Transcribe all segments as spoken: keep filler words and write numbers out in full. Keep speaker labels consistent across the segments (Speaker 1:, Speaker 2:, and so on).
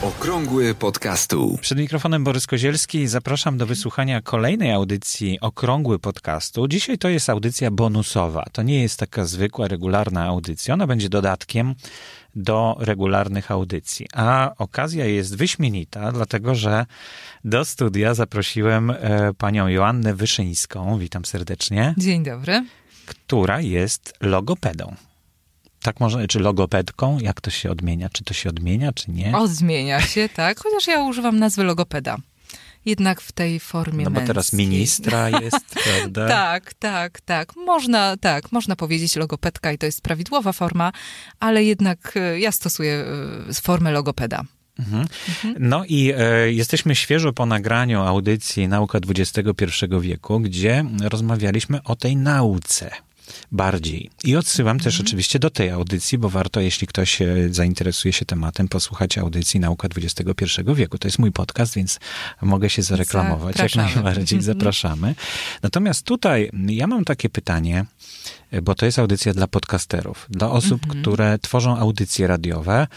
Speaker 1: Okrągły podcastu.
Speaker 2: Przed mikrofonem Borys Kozielski. Zapraszam do wysłuchania kolejnej audycji Okrągły podcastu. Dzisiaj to jest audycja bonusowa. To nie jest taka zwykła, regularna audycja. Ona będzie dodatkiem do regularnych audycji. A okazja jest wyśmienita, dlatego że do studia zaprosiłem e, panią Joannę Wyszyńską. Witam serdecznie.
Speaker 3: Dzień dobry.
Speaker 2: Która jest logopedą. Tak można, czy logopedką? Jak to się odmienia? Czy to się odmienia, czy nie?
Speaker 3: Odmienia się, tak. Chociaż ja używam nazwy logopeda. Jednak w tej formie
Speaker 2: No bo
Speaker 3: męskiej.
Speaker 2: teraz ministra jest, prawda?
Speaker 3: Tak, tak, tak. Można, tak. Można powiedzieć logopedka i to jest prawidłowa forma, ale jednak ja stosuję formę logopeda.
Speaker 2: Mhm. No i e, jesteśmy świeżo po nagraniu audycji Nauka dwudziestego pierwszego wieku, gdzie rozmawialiśmy o tej nauce. Bardziej. I odsyłam też oczywiście do tej audycji, bo warto, jeśli ktoś zainteresuje się tematem, posłuchać audycji Nauka dwudziestego pierwszego wieku. To jest mój podcast, więc mogę się zareklamować.
Speaker 3: Zapraszamy.
Speaker 2: Jak najbardziej zapraszamy. Natomiast tutaj ja mam takie pytanie, bo to jest audycja dla podcasterów, dla osób, mhm. które tworzą audycje radiowe.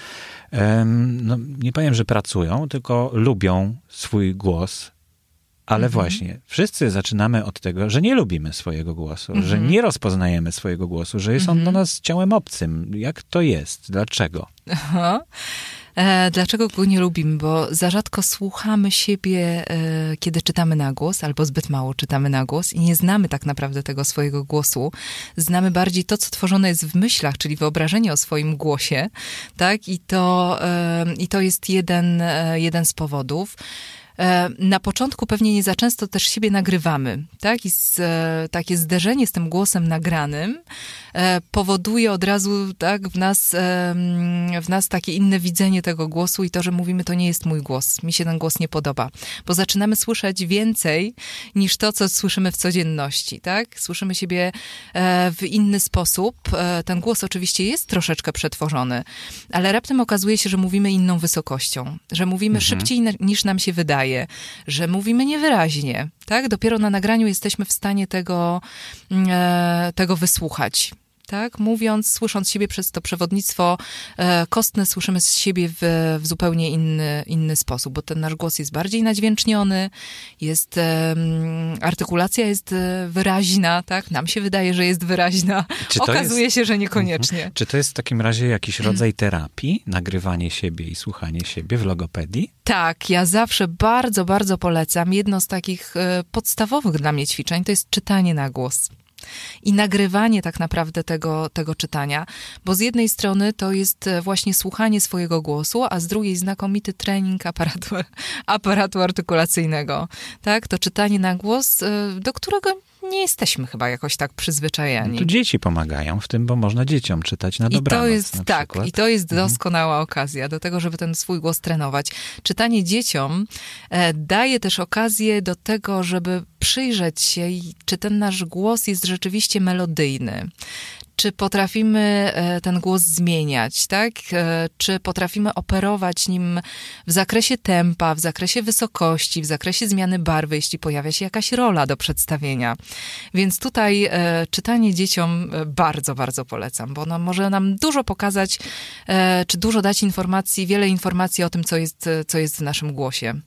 Speaker 2: No, nie powiem, że pracują, tylko lubią swój głos. Ale mhm. właśnie, wszyscy zaczynamy od tego, że nie lubimy swojego głosu, mhm. że nie rozpoznajemy swojego głosu, że jest mhm. on dla nas ciałem obcym. Jak to jest? Dlaczego?
Speaker 3: Aha. E, dlaczego go nie lubimy? Bo za rzadko słuchamy siebie, e, kiedy czytamy na głos, albo zbyt mało czytamy na głos i nie znamy tak naprawdę tego swojego głosu. Znamy bardziej to, co tworzone jest w myślach, czyli wyobrażenie o swoim głosie, tak? I to, e, i to jest jeden, e, jeden z powodów. Na początku pewnie nie za często też siebie nagrywamy, tak? I z, takie zderzenie z tym głosem nagranym powoduje od razu, tak, w nas, w nas takie inne widzenie tego głosu i to, że mówimy, to nie jest mój głos, mi się ten głos nie podoba, bo zaczynamy słyszeć więcej niż to, co słyszymy w codzienności, tak? Słyszymy siebie w inny sposób. Ten głos oczywiście jest troszeczkę przetworzony, ale raptem okazuje się, że mówimy inną wysokością, że mówimy mhm. szybciej niż nam się wydaje, że mówimy niewyraźnie, tak? Dopiero na nagraniu jesteśmy w stanie tego, e, tego wysłuchać. Tak? Mówiąc, słysząc siebie przez to przewodnictwo e, kostne, słyszymy z siebie w, w zupełnie inny, inny sposób, bo ten nasz głos jest bardziej nadźwięczniony, jest, e, artykulacja jest wyraźna, tak? Nam się wydaje, że jest wyraźna. Okazuje jest... się, że niekoniecznie.
Speaker 2: Mhm. Czy to jest w takim razie jakiś rodzaj terapii? Nagrywanie siebie i słuchanie siebie w logopedii?
Speaker 3: Tak, ja zawsze bardzo, bardzo polecam. Jedno z takich e, podstawowych dla mnie ćwiczeń to jest czytanie na głos. I nagrywanie tak naprawdę tego, tego czytania, bo z jednej strony to jest właśnie słuchanie swojego głosu, a z drugiej znakomity trening aparatu, aparatu artykulacyjnego. Tak? To czytanie na głos, do którego nie jesteśmy chyba jakoś tak przyzwyczajeni.
Speaker 2: No to dzieci pomagają w tym, bo można dzieciom czytać na dobranoc.
Speaker 3: I to jest,
Speaker 2: na
Speaker 3: tak,
Speaker 2: przykład.
Speaker 3: i to jest doskonała mhm. okazja do tego, żeby ten swój głos trenować. Czytanie dzieciom e, daje też okazję do tego, żeby przyjrzeć się, czy ten nasz głos jest rzeczywiście melodyjny. Czy potrafimy ten głos zmieniać, tak? Czy potrafimy operować nim w zakresie tempa, w zakresie wysokości, w zakresie zmiany barwy, jeśli pojawia się jakaś rola do przedstawienia. Więc tutaj e, czytanie dzieciom bardzo, bardzo polecam, bo ono może nam dużo pokazać, e, czy dużo dać informacji, wiele informacji o tym, co jest, co jest w naszym głosie.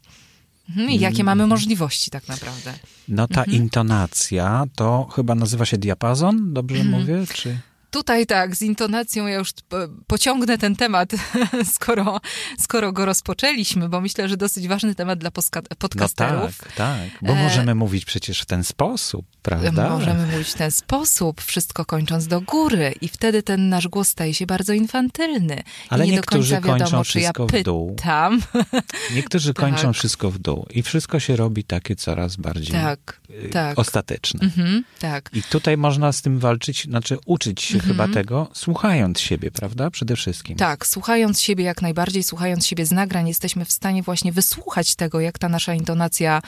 Speaker 3: I jakie mamy możliwości tak naprawdę.
Speaker 2: No ta
Speaker 3: mhm.
Speaker 2: intonacja to chyba nazywa się diapazon, dobrze mhm. mówię? Czy...
Speaker 3: Tutaj tak, z intonacją ja już pociągnę ten temat, skoro, skoro go rozpoczęliśmy, bo myślę, że dosyć ważny temat dla podcasterów.
Speaker 2: No tak, tak, bo możemy e... mówić przecież w ten sposób, prawda?
Speaker 3: Możemy mówić w ten sposób, wszystko kończąc do góry i wtedy ten nasz głos staje się bardzo infantylny.
Speaker 2: Ale
Speaker 3: I nie
Speaker 2: niektórzy
Speaker 3: do końca wiadomo,
Speaker 2: kończą
Speaker 3: czy ja
Speaker 2: wszystko w dół.
Speaker 3: pytam.
Speaker 2: Niektórzy
Speaker 3: tak.
Speaker 2: kończą wszystko w dół i wszystko się robi takie coraz bardziej tak, tak. ostateczne.
Speaker 3: Mhm, tak.
Speaker 2: I tutaj można z tym walczyć, znaczy uczyć się chyba tego, słuchając siebie, prawda? Przede wszystkim.
Speaker 3: Tak, słuchając siebie jak najbardziej, słuchając siebie z nagrań, jesteśmy w stanie właśnie wysłuchać tego, jak ta nasza intonacja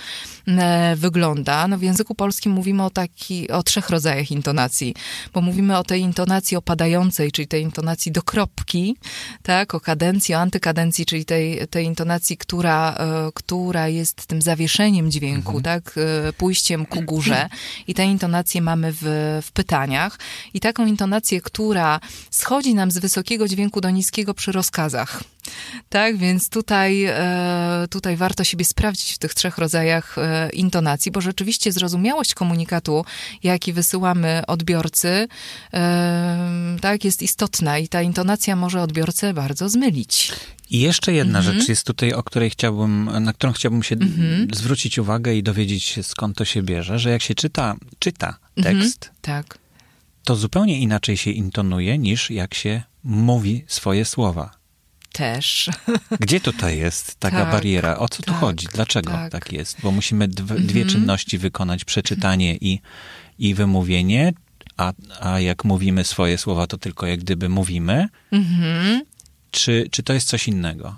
Speaker 3: e, wygląda. No w języku polskim mówimy o, taki, o trzech rodzajach intonacji, bo mówimy o tej intonacji opadającej, czyli tej intonacji do kropki, tak, o kadencji, o antykadencji, czyli tej, tej intonacji, która, e, która jest tym zawieszeniem dźwięku, mhm. tak, e, pójściem ku górze i tę intonację mamy w, w pytaniach i taką intonację, która schodzi nam z wysokiego dźwięku do niskiego przy rozkazach. Tak, więc tutaj, tutaj warto siebie sprawdzić w tych trzech rodzajach intonacji, bo rzeczywiście zrozumiałość komunikatu, jaki wysyłamy odbiorcy, tak, jest istotna i ta intonacja może odbiorcę bardzo zmylić.
Speaker 2: I jeszcze jedna
Speaker 3: Mhm.
Speaker 2: rzecz jest tutaj, o której chciałbym, na którą chciałbym się
Speaker 3: Mhm.
Speaker 2: zwrócić uwagę i dowiedzieć się, skąd to się bierze, że jak się czyta, czyta tekst,
Speaker 3: Mhm. Tak.
Speaker 2: to zupełnie inaczej się intonuje, niż jak się mówi swoje słowa.
Speaker 3: Też.
Speaker 2: Gdzie tutaj jest taka
Speaker 3: Tak,
Speaker 2: bariera? O co tu
Speaker 3: tak,
Speaker 2: chodzi? Dlaczego tak.
Speaker 3: tak.
Speaker 2: jest? Bo musimy dwie,
Speaker 3: Mhm.
Speaker 2: dwie czynności wykonać, przeczytanie i, i wymówienie, a, a jak mówimy swoje słowa, to tylko jak gdyby mówimy.
Speaker 3: Mhm.
Speaker 2: Czy, czy to jest coś innego?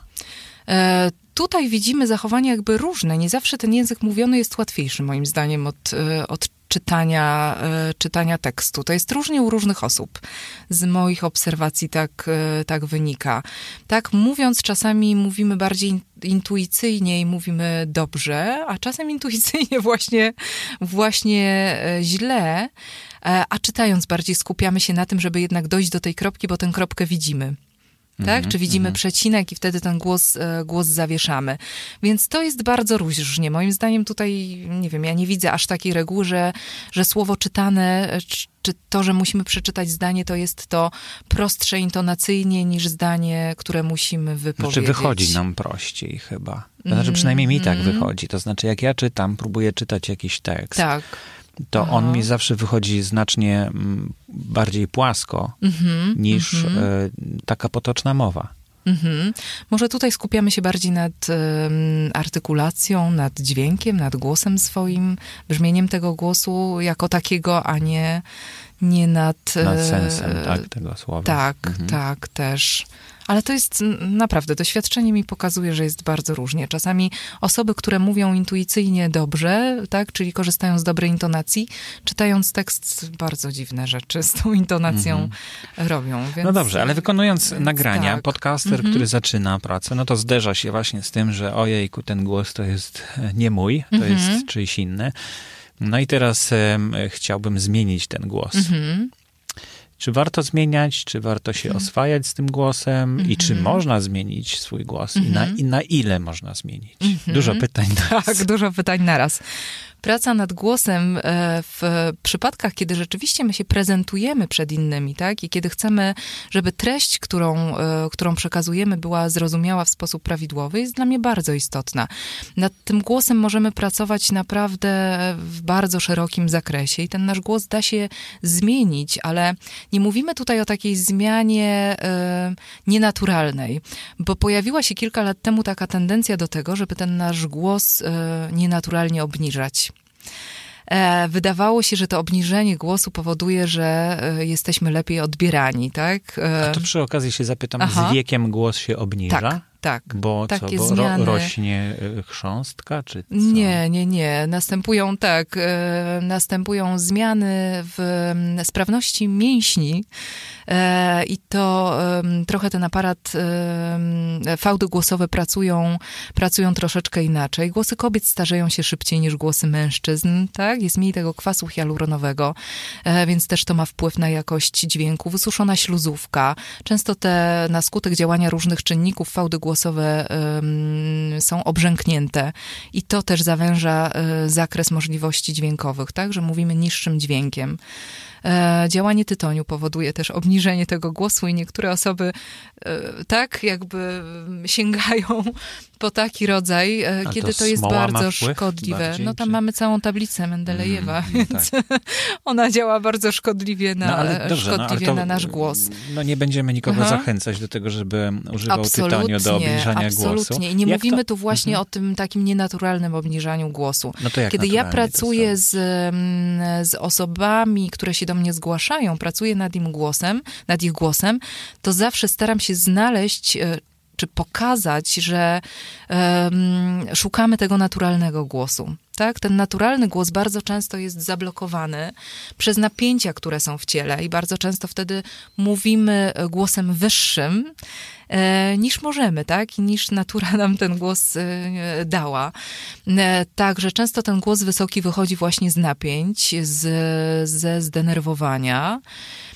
Speaker 3: E, tutaj widzimy zachowania jakby różne. Nie zawsze ten język mówiony jest łatwiejszy, moim zdaniem, od, e, od czytania, e, czytania tekstu. To jest różnie u różnych osób. Z moich obserwacji tak, e, tak wynika. Tak, mówiąc, czasami mówimy bardziej in- intuicyjnie i mówimy dobrze, a czasem intuicyjnie właśnie, właśnie e, źle, e, a czytając bardziej skupiamy się na tym, żeby jednak dojść do tej kropki, bo tę kropkę widzimy. Tak?
Speaker 2: Mhm,
Speaker 3: Czy widzimy
Speaker 2: mhm.
Speaker 3: przecinek i wtedy ten głos, e, głos zawieszamy. Więc to jest bardzo różnie. Moim zdaniem tutaj, nie wiem, ja nie widzę aż takiej reguły, że, że słowo czytane, e, czy, czy to, że musimy przeczytać zdanie, to jest to prostsze intonacyjnie niż zdanie, które musimy wypowiedzieć.
Speaker 2: Znaczy wychodzi nam prościej chyba. To znaczy przynajmniej mi tak wychodzi. To znaczy jak ja czytam, próbuję czytać jakiś tekst,
Speaker 3: Tak.
Speaker 2: to
Speaker 3: Aha.
Speaker 2: on mi zawsze wychodzi znacznie mm, bardziej płasko
Speaker 3: Mhm,
Speaker 2: niż
Speaker 3: mhm.
Speaker 2: e, taka potoczna mowa.
Speaker 3: Mhm. Może tutaj skupiamy się bardziej nad um, artykulacją, nad dźwiękiem, nad głosem swoim, brzmieniem tego głosu jako takiego, a nie, nie nad...
Speaker 2: Nad
Speaker 3: e,
Speaker 2: sensem tak, tego słowa.
Speaker 3: Tak,
Speaker 2: Mhm.
Speaker 3: tak, też. Ale to jest n- naprawdę, doświadczenie mi pokazuje, że jest bardzo różnie. Czasami osoby, które mówią intuicyjnie dobrze, tak, czyli korzystają z dobrej intonacji, czytając tekst, bardzo dziwne rzeczy z tą intonacją
Speaker 2: Mhm.
Speaker 3: robią. Więc,
Speaker 2: No dobrze, ale wykonując
Speaker 3: więc
Speaker 2: nagrania,
Speaker 3: tak.
Speaker 2: podcaster,
Speaker 3: Mhm.
Speaker 2: który zaczyna pracę, no to zderza się właśnie z tym, że ojejku, ten głos to jest nie mój, to
Speaker 3: Mhm.
Speaker 2: jest czyjś inny. No i teraz em, chciałbym zmienić ten głos.
Speaker 3: Mhm.
Speaker 2: Czy warto zmieniać, czy warto się oswajać z tym głosem i czy
Speaker 3: Mhm.
Speaker 2: można zmienić swój głos i, na,
Speaker 3: Mhm.
Speaker 2: i na ile można zmienić?
Speaker 3: Mhm.
Speaker 2: Dużo pytań teraz.
Speaker 3: Tak, dużo pytań naraz. Praca nad głosem e, w przypadkach, kiedy rzeczywiście my się prezentujemy przed innymi, tak? I kiedy chcemy, żeby treść, którą, e, którą przekazujemy, była zrozumiała w sposób prawidłowy, jest dla mnie bardzo istotna. Nad tym głosem możemy pracować naprawdę w bardzo szerokim zakresie i ten nasz głos da się zmienić, ale nie mówimy tutaj o takiej zmianie e, nienaturalnej, bo pojawiła się kilka lat temu taka tendencja do tego, żeby ten nasz głos e, nienaturalnie obniżać. E, wydawało się, że to obniżenie głosu powoduje, że e, jesteśmy lepiej odbierani, tak? E,
Speaker 2: A to przy okazji się zapytam,
Speaker 3: Aha.
Speaker 2: z wiekiem głos się obniża?
Speaker 3: tak, tak.
Speaker 2: Bo
Speaker 3: Takie
Speaker 2: co, bo
Speaker 3: zmiany.
Speaker 2: ro, rośnie y, chrząstka, czy co?
Speaker 3: Nie, nie, nie. Następują tak, e, następują zmiany w m, sprawności mięśni e, i to em, trochę ten aparat, em, fałdy głosowe pracują, pracują troszeczkę inaczej. Głosy kobiet starzeją się szybciej niż głosy mężczyzn, tak? Jest mniej tego kwasu hialuronowego, e, więc też to ma wpływ na jakość dźwięku. Wysuszona śluzówka. Często te, na skutek działania różnych czynników fałdy głosowe um, są obrzęknięte i to też zawęża y, zakres możliwości dźwiękowych, tak, że mówimy niższym dźwiękiem. E, działanie tytoniu powoduje też obniżenie tego głosu i niektóre osoby e, tak jakby sięgają po taki rodzaj, e,
Speaker 2: A
Speaker 3: kiedy
Speaker 2: to
Speaker 3: to jest
Speaker 2: smoła ma
Speaker 3: bardzo
Speaker 2: wpływ
Speaker 3: szkodliwe.
Speaker 2: bardziej,
Speaker 3: No tam
Speaker 2: czy-
Speaker 3: mamy całą tablicę Mendelejewa,
Speaker 2: Mm, no
Speaker 3: więc ona działa bardzo szkodliwie na,
Speaker 2: No, ale dobrze, no, ale
Speaker 3: szkodliwie
Speaker 2: to,
Speaker 3: na nasz głos.
Speaker 2: No nie będziemy nikogo
Speaker 3: Aha.
Speaker 2: zachęcać do tego, żeby używał tytoniu do obniżania
Speaker 3: absolutnie.
Speaker 2: głosu.
Speaker 3: I nie
Speaker 2: Jak
Speaker 3: mówimy
Speaker 2: to?
Speaker 3: tu właśnie
Speaker 2: Mhm.
Speaker 3: o tym takim nienaturalnym obniżaniu głosu.
Speaker 2: No to jak
Speaker 3: Kiedy ja
Speaker 2: naturalnie to
Speaker 3: pracuję
Speaker 2: jest?
Speaker 3: z, mm, z osobami, które się do mnie zgłaszają, pracuję nad im głosem, nad ich głosem, to zawsze staram się znaleźć e, czy pokazać, że um, szukamy tego naturalnego głosu. Tak? Ten naturalny głos bardzo często jest zablokowany przez napięcia, które są w ciele i bardzo często wtedy mówimy głosem wyższym e, niż możemy, tak? I niż natura nam ten głos e, dała. E, Także często ten głos wysoki wychodzi właśnie z napięć, z, ze zdenerwowania.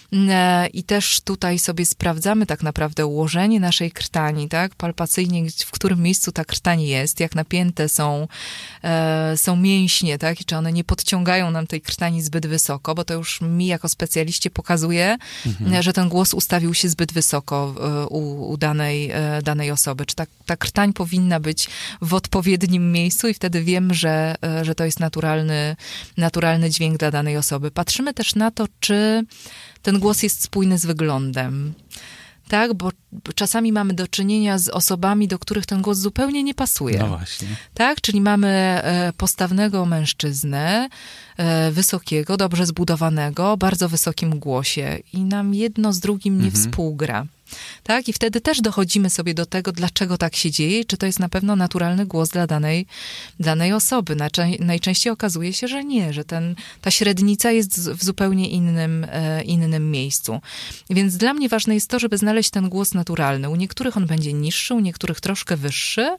Speaker 3: I też tutaj sobie sprawdzamy tak naprawdę ułożenie naszej krtani, tak? Palpacyjnie, w którym miejscu ta krtań jest, jak napięte są, e, są mięśnie, tak? I czy one nie podciągają nam tej krtani zbyt wysoko, bo to już mi jako specjaliście pokazuje, mhm. że ten głos ustawił się zbyt wysoko u, u danej, danej osoby. Czy ta, ta krtań powinna być w odpowiednim miejscu i wtedy wiem, że, że to jest naturalny, naturalny dźwięk dla danej osoby. Patrzymy też na to, czy ten głos jest spójny z wyglądem. Tak, bo czasami mamy do czynienia z osobami, do których ten głos zupełnie nie pasuje.
Speaker 2: No właśnie.
Speaker 3: Tak, czyli mamy postawnego mężczyznę, wysokiego, dobrze zbudowanego, bardzo wysokim głosie i nam jedno z drugim nie mhm. współgra. Tak? I wtedy też dochodzimy sobie do tego, dlaczego tak się dzieje, czy to jest na pewno naturalny głos dla danej, danej osoby. Najczęściej okazuje się, że nie, że ten, ta średnica jest w zupełnie innym, innym miejscu. Więc dla mnie ważne jest to, żeby znaleźć ten głos naturalny. U niektórych on będzie niższy, u niektórych troszkę wyższy,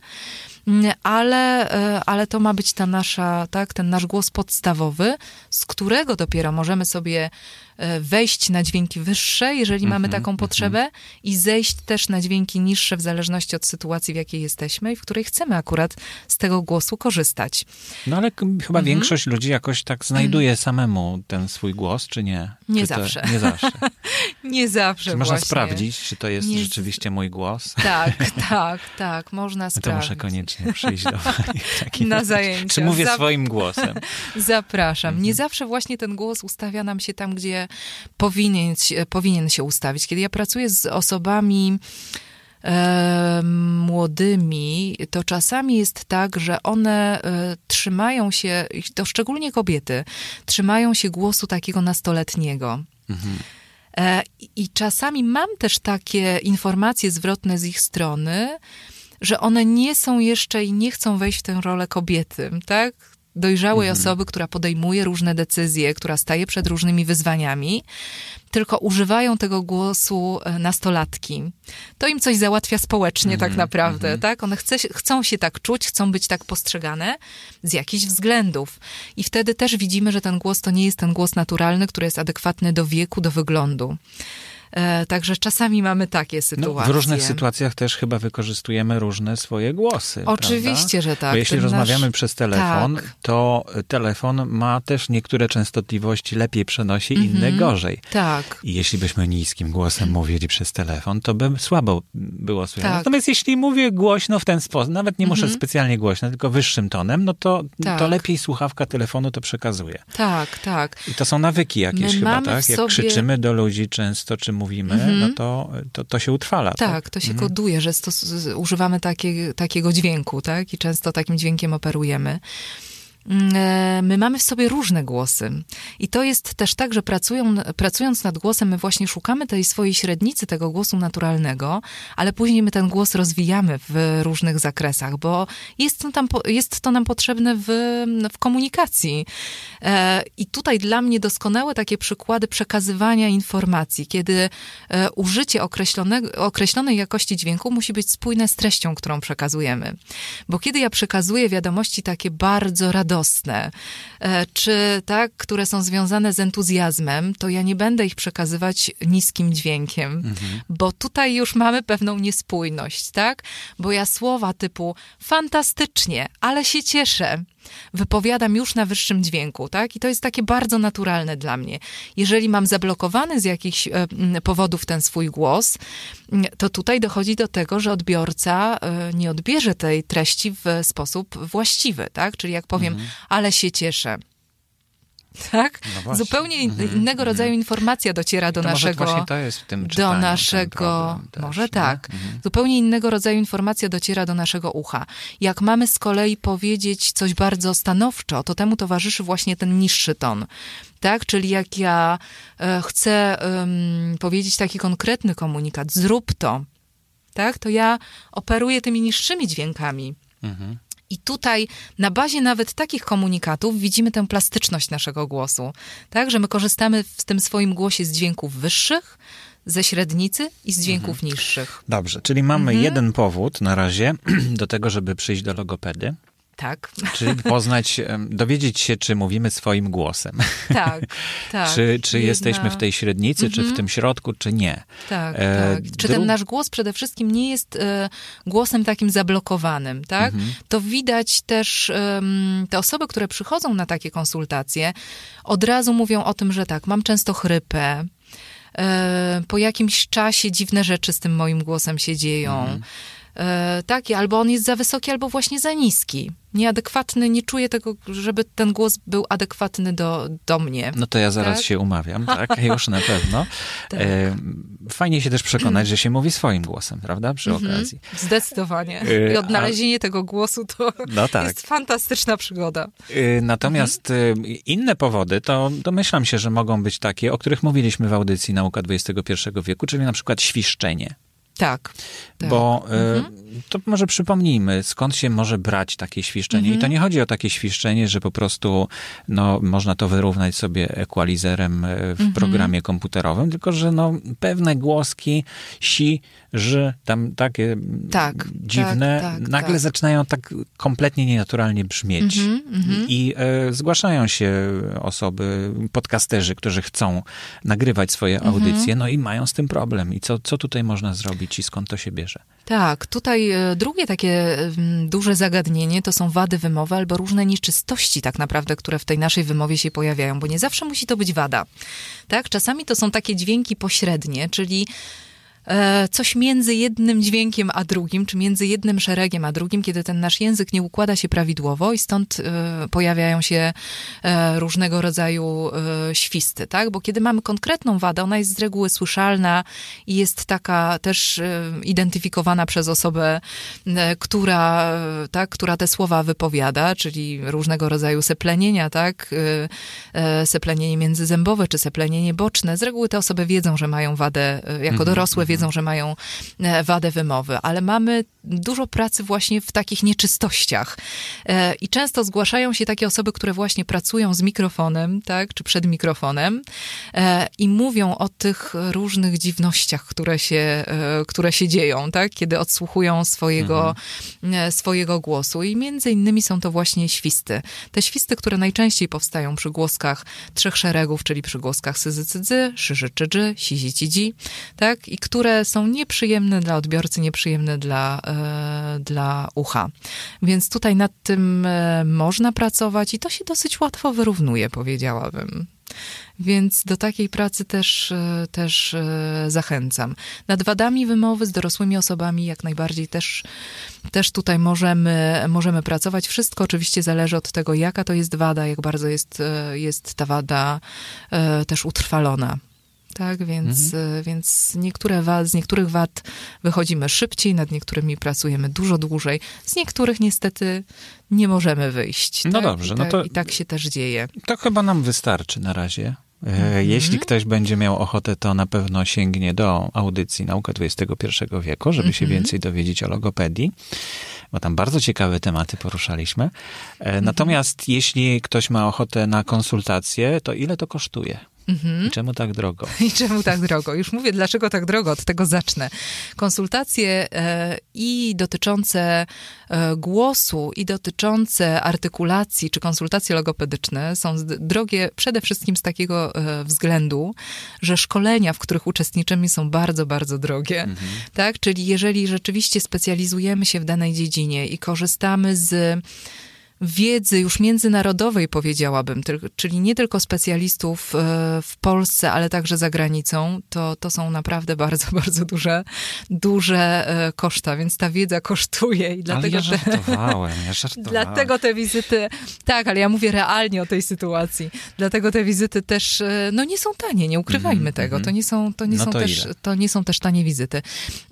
Speaker 3: ale, ale to ma być ta nasza, tak, ten nasz głos podstawowy, z którego dopiero możemy sobie wejść na dźwięki wyższe, jeżeli mm-hmm, mamy taką potrzebę mm-hmm. i zejść też na dźwięki niższe w zależności od sytuacji, w jakiej jesteśmy i w której chcemy akurat z tego głosu korzystać.
Speaker 2: No ale chyba mm-hmm. większość ludzi jakoś tak znajduje mm. samemu ten swój głos, czy nie?
Speaker 3: Nie
Speaker 2: czy
Speaker 3: zawsze.
Speaker 2: To, nie zawsze.
Speaker 3: nie zawsze
Speaker 2: Czy można
Speaker 3: właśnie.
Speaker 2: sprawdzić, czy to jest
Speaker 3: nie...
Speaker 2: rzeczywiście mój głos?
Speaker 3: Tak, tak, tak, można sprawdzić.
Speaker 2: To muszę koniecznie przyjść do takiej
Speaker 3: na zajęcia.
Speaker 2: Czy mówię
Speaker 3: Zap...
Speaker 2: swoim głosem?
Speaker 3: Zapraszam.
Speaker 2: Mm-hmm.
Speaker 3: Nie zawsze właśnie ten głos ustawia nam się tam, gdzie powinien, powinien się ustawić. Kiedy ja pracuję z osobami e, młodymi, to czasami jest tak, że one e, trzymają się, to szczególnie kobiety, trzymają się głosu takiego nastoletniego. Mhm. E, I czasami mam też takie informacje zwrotne z ich strony, że one nie są jeszcze i nie chcą wejść w tę rolę kobiety, tak? Dojrzałej mhm. osoby, która podejmuje różne decyzje, która staje przed różnymi wyzwaniami, tylko używają tego głosu nastolatki. To im coś załatwia społecznie mhm. tak naprawdę, mhm. tak? One chce, chcą się tak czuć, chcą być tak postrzegane z jakichś względów. I wtedy też widzimy, że ten głos to nie jest ten głos naturalny, który jest adekwatny do wieku, do wyglądu. E, także czasami mamy takie sytuacje.
Speaker 2: No, w różnych sytuacjach też chyba wykorzystujemy różne swoje głosy.
Speaker 3: Oczywiście,
Speaker 2: prawda?
Speaker 3: że tak.
Speaker 2: Bo jeśli
Speaker 3: Ten
Speaker 2: rozmawiamy
Speaker 3: nasz...
Speaker 2: przez telefon,
Speaker 3: tak.
Speaker 2: to telefon ma też niektóre częstotliwości lepiej przenosi, mm-hmm. inne gorzej.
Speaker 3: Tak.
Speaker 2: I jeśli byśmy niskim głosem mówili przez telefon, to by słabo było słychać.
Speaker 3: Tak.
Speaker 2: Natomiast jeśli mówię głośno w ten sposób, nawet nie muszę mm-hmm. specjalnie głośno, tylko wyższym tonem, no to, tak. to lepiej słuchawka telefonu to przekazuje.
Speaker 3: Tak, tak.
Speaker 2: I to są nawyki jakieś
Speaker 3: My
Speaker 2: chyba, tak? Jak
Speaker 3: sobie...
Speaker 2: krzyczymy do ludzi często, czy mówimy, mm-hmm. no to, to, to się utrwala.
Speaker 3: Tak,
Speaker 2: tak?
Speaker 3: to się
Speaker 2: mhm.
Speaker 3: koduje, że stos- używamy takie, takiego dźwięku, tak? I często takim dźwiękiem operujemy. My mamy w sobie różne głosy. I to jest też tak, że pracują, pracując nad głosem, my właśnie szukamy tej swojej średnicy, tego głosu naturalnego, ale później my ten głos rozwijamy w różnych zakresach, bo jest to, tam, jest to nam potrzebne w, w komunikacji. I tutaj dla mnie doskonałe takie przykłady przekazywania informacji, kiedy użycie określonej jakości dźwięku musi być spójne z treścią, którą przekazujemy. Bo kiedy ja przekazuję wiadomości takie bardzo radosne, radosne, czy tak, które są związane z entuzjazmem, to ja nie będę ich przekazywać niskim dźwiękiem, mhm. bo tutaj już mamy pewną niespójność, tak? Bo ja słowa typu fantastycznie, ale się cieszę, wypowiadam już na wyższym dźwięku, tak? I to jest takie bardzo naturalne dla mnie. Jeżeli mam zablokowany z jakichś e, powodów ten swój głos, to tutaj dochodzi do tego, że odbiorca e, nie odbierze tej treści w sposób właściwy, tak? Czyli jak powiem, mhm. ale się cieszę. Tak? No zupełnie in, mm-hmm, innego rodzaju mm-hmm. informacja dociera do
Speaker 2: to
Speaker 3: naszego...
Speaker 2: Może to jest w tym
Speaker 3: do naszego... Też, może tak. Mm-hmm. Zupełnie innego rodzaju informacja dociera do naszego ucha. Jak mamy z kolei powiedzieć coś bardzo stanowczo, to temu towarzyszy właśnie ten niższy ton. Tak? Czyli jak ja e, chcę um, powiedzieć taki konkretny komunikat, zrób to, tak? To ja operuję tymi niższymi dźwiękami. Mhm. I tutaj na bazie nawet takich komunikatów widzimy tę plastyczność naszego głosu. Tak, że my korzystamy w tym swoim głosie z dźwięków wyższych, ze średnicy i z dźwięków mhm. niższych.
Speaker 2: Dobrze, czyli mamy
Speaker 3: mhm.
Speaker 2: jeden powód na razie do tego, żeby przyjść do logopedy.
Speaker 3: Tak.
Speaker 2: Czyli poznać, dowiedzieć się, czy mówimy swoim głosem.
Speaker 3: Tak, tak.
Speaker 2: Czy, czy
Speaker 3: Jedna...
Speaker 2: jesteśmy w tej średnicy, mm-hmm. czy w tym środku, czy nie.
Speaker 3: Tak,
Speaker 2: e,
Speaker 3: tak. Czy ten nasz głos przede wszystkim nie jest e, głosem takim zablokowanym, tak? Mm-hmm. To widać też e, te osoby, które przychodzą na takie konsultacje, od razu mówią o tym, że tak, mam często chrypę, e, po jakimś czasie dziwne rzeczy z tym moim głosem się dzieją. Mm-hmm. E, tak, albo on jest za wysoki, albo właśnie za niski. Nieadekwatny, nie czuję tego, żeby ten głos był adekwatny do, do mnie.
Speaker 2: No to ja zaraz tak? się umawiam, tak? Już na pewno. Tak. E, fajnie się też przekonać, że się mówi swoim głosem, prawda? Przy mm-hmm. okazji.
Speaker 3: Zdecydowanie. I odnalezienie A... tego głosu to no tak. jest fantastyczna przygoda.
Speaker 2: E, natomiast mm-hmm. inne powody, to domyślam się, że mogą być takie, o których mówiliśmy w audycji Nauka dwudziestego pierwszego wieku, czyli na przykład świszczenie.
Speaker 3: Tak. tak.
Speaker 2: Bo
Speaker 3: mhm.
Speaker 2: y, to może przypomnijmy, skąd się może brać takie świszczenie. Mhm. I to nie chodzi o takie świszczenie, że po prostu no, można to wyrównać sobie equalizerem w mhm. programie komputerowym, tylko że no, pewne głoski, si, ży, tam takie
Speaker 3: tak,
Speaker 2: dziwne,
Speaker 3: tak, tak,
Speaker 2: nagle
Speaker 3: tak.
Speaker 2: zaczynają tak kompletnie nienaturalnie brzmieć.
Speaker 3: Mhm,
Speaker 2: I y, zgłaszają się osoby, podcasterzy, którzy chcą nagrywać swoje audycje, mhm. no i mają z tym problem. I co, co tutaj można zrobić i skąd to się bierze?
Speaker 3: Tak, tutaj drugie takie duże zagadnienie to są wady wymowy albo różne nieczystości tak naprawdę, które w tej naszej wymowie się pojawiają, bo nie zawsze musi to być wada. Tak? Czasami to są takie dźwięki pośrednie, czyli coś między jednym dźwiękiem a drugim, czy między jednym szeregiem a drugim, kiedy ten nasz język nie układa się prawidłowo i stąd y, pojawiają się y, różnego rodzaju y, świsty, tak? Bo kiedy mamy konkretną wadę, ona jest z reguły słyszalna i jest taka też y, identyfikowana przez osobę, y, która, y, tak, która te słowa wypowiada, czyli różnego rodzaju seplenienia, tak? Y, y, seplenienie międzyzębowe, czy seplenienie boczne. Z reguły te osoby wiedzą, że mają wadę, y, jako dorosłe wiedzą, że mają wadę wymowy, ale mamy dużo pracy właśnie w takich nieczystościach. I często zgłaszają się takie osoby, które właśnie pracują z mikrofonem, tak, czy przed mikrofonem i mówią o tych różnych dziwnościach, które się, które się dzieją, tak, kiedy odsłuchują swojego, mhm. swojego głosu. I między innymi są to właśnie świsty. Te świsty, które najczęściej powstają przy głoskach trzech szeregów, czyli przy głoskach syzy, cydzy, szyży, czydży, sizi, cidzi, tak, i które są nieprzyjemne dla odbiorcy, nieprzyjemne dla, e, dla ucha. Więc tutaj nad tym e, można pracować i to się dosyć łatwo wyrównuje, powiedziałabym. Więc do takiej pracy też, też zachęcam. Nad wadami wymowy z dorosłymi osobami jak najbardziej też, też tutaj możemy, możemy pracować. Wszystko oczywiście zależy od tego, jaka to jest wada, jak bardzo jest, jest ta wada też utrwalona. Tak, więc, mhm. więc niektóre wad, z niektórych wad wychodzimy szybciej, nad niektórymi pracujemy dużo dłużej. Z niektórych niestety nie możemy wyjść.
Speaker 2: No
Speaker 3: tak?
Speaker 2: dobrze,
Speaker 3: I
Speaker 2: no
Speaker 3: tak,
Speaker 2: to...
Speaker 3: I tak się też dzieje.
Speaker 2: To chyba nam wystarczy na razie.
Speaker 3: Mhm.
Speaker 2: Jeśli ktoś będzie miał ochotę, to na pewno sięgnie do audycji Nauka dwudziestego pierwszego wieku, żeby mhm. się więcej dowiedzieć o logopedii, bo tam bardzo ciekawe tematy poruszaliśmy. Natomiast mhm. jeśli ktoś ma ochotę na konsultację, to ile to kosztuje? Mhm. I czemu tak drogo?
Speaker 3: I czemu tak drogo? Już mówię, dlaczego tak drogo, od tego zacznę. Konsultacje e, i dotyczące e, głosu, i dotyczące artykulacji, czy konsultacje logopedyczne są drogie przede wszystkim z takiego e, względu, że szkolenia, w których uczestniczymy, są bardzo, bardzo drogie. Mhm. Tak? Czyli jeżeli rzeczywiście specjalizujemy się w danej dziedzinie i korzystamy z wiedzy już międzynarodowej, powiedziałabym, czyli nie tylko specjalistów w Polsce, ale także za granicą, to, to są naprawdę bardzo, bardzo duże, duże koszta, więc ta wiedza kosztuje i dlatego
Speaker 2: ale ja żartowałem, te, ja żartowałem.
Speaker 3: Dlatego te wizyty, tak, ale ja mówię realnie o tej sytuacji, dlatego te wizyty też, no nie są tanie, nie ukrywajmy mm, tego, mm. to nie są, to nie
Speaker 2: no
Speaker 3: są
Speaker 2: to
Speaker 3: też,
Speaker 2: ile?
Speaker 3: to nie są też tanie wizyty.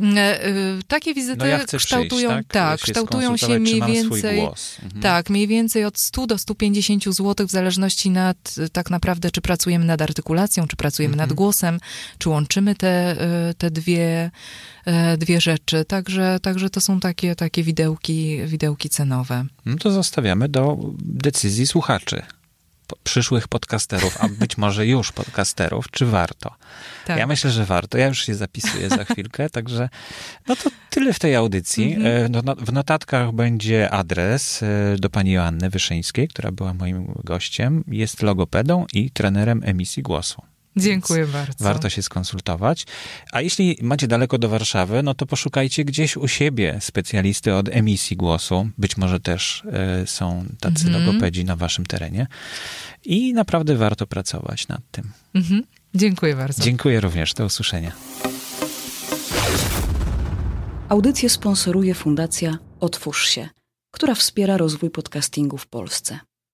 Speaker 3: Takie wizyty
Speaker 2: no ja
Speaker 3: kształtują,
Speaker 2: przyjść, tak,
Speaker 3: tak kształtują się mniej więcej,
Speaker 2: mhm.
Speaker 3: tak, mniej więcej od stu do stu pięćdziesięciu złotych, w zależności nad, tak naprawdę, czy pracujemy nad artykulacją, czy pracujemy mhm. nad głosem, czy łączymy te, te dwie, dwie rzeczy. Także, także to są takie, takie widełki, widełki cenowe.
Speaker 2: No to zostawiamy do decyzji słuchaczy. p- przyszłych podcasterów, a być może już podcasterów, czy warto?
Speaker 3: Tak.
Speaker 2: Ja myślę, że warto. Ja już się zapisuję za chwilkę, także no to tyle w tej audycji.
Speaker 3: Mhm.
Speaker 2: No, no, w notatkach będzie adres e, do pani Joanny Wyszyńskiej, która była moim gościem. Jest logopedą i trenerem emisji głosu.
Speaker 3: Dziękuję
Speaker 2: Więc
Speaker 3: bardzo.
Speaker 2: warto się skonsultować. A jeśli macie daleko do Warszawy, no to poszukajcie gdzieś u siebie specjalisty od emisji głosu. Być może też e, są tacy
Speaker 3: Mhm.
Speaker 2: logopedzi na waszym terenie. I naprawdę warto pracować nad tym.
Speaker 3: Mhm. Dziękuję bardzo.
Speaker 2: Dziękuję również. Do usłyszenia.
Speaker 4: Audycję sponsoruje Fundacja Otwórz się, która wspiera rozwój podcastingu w Polsce.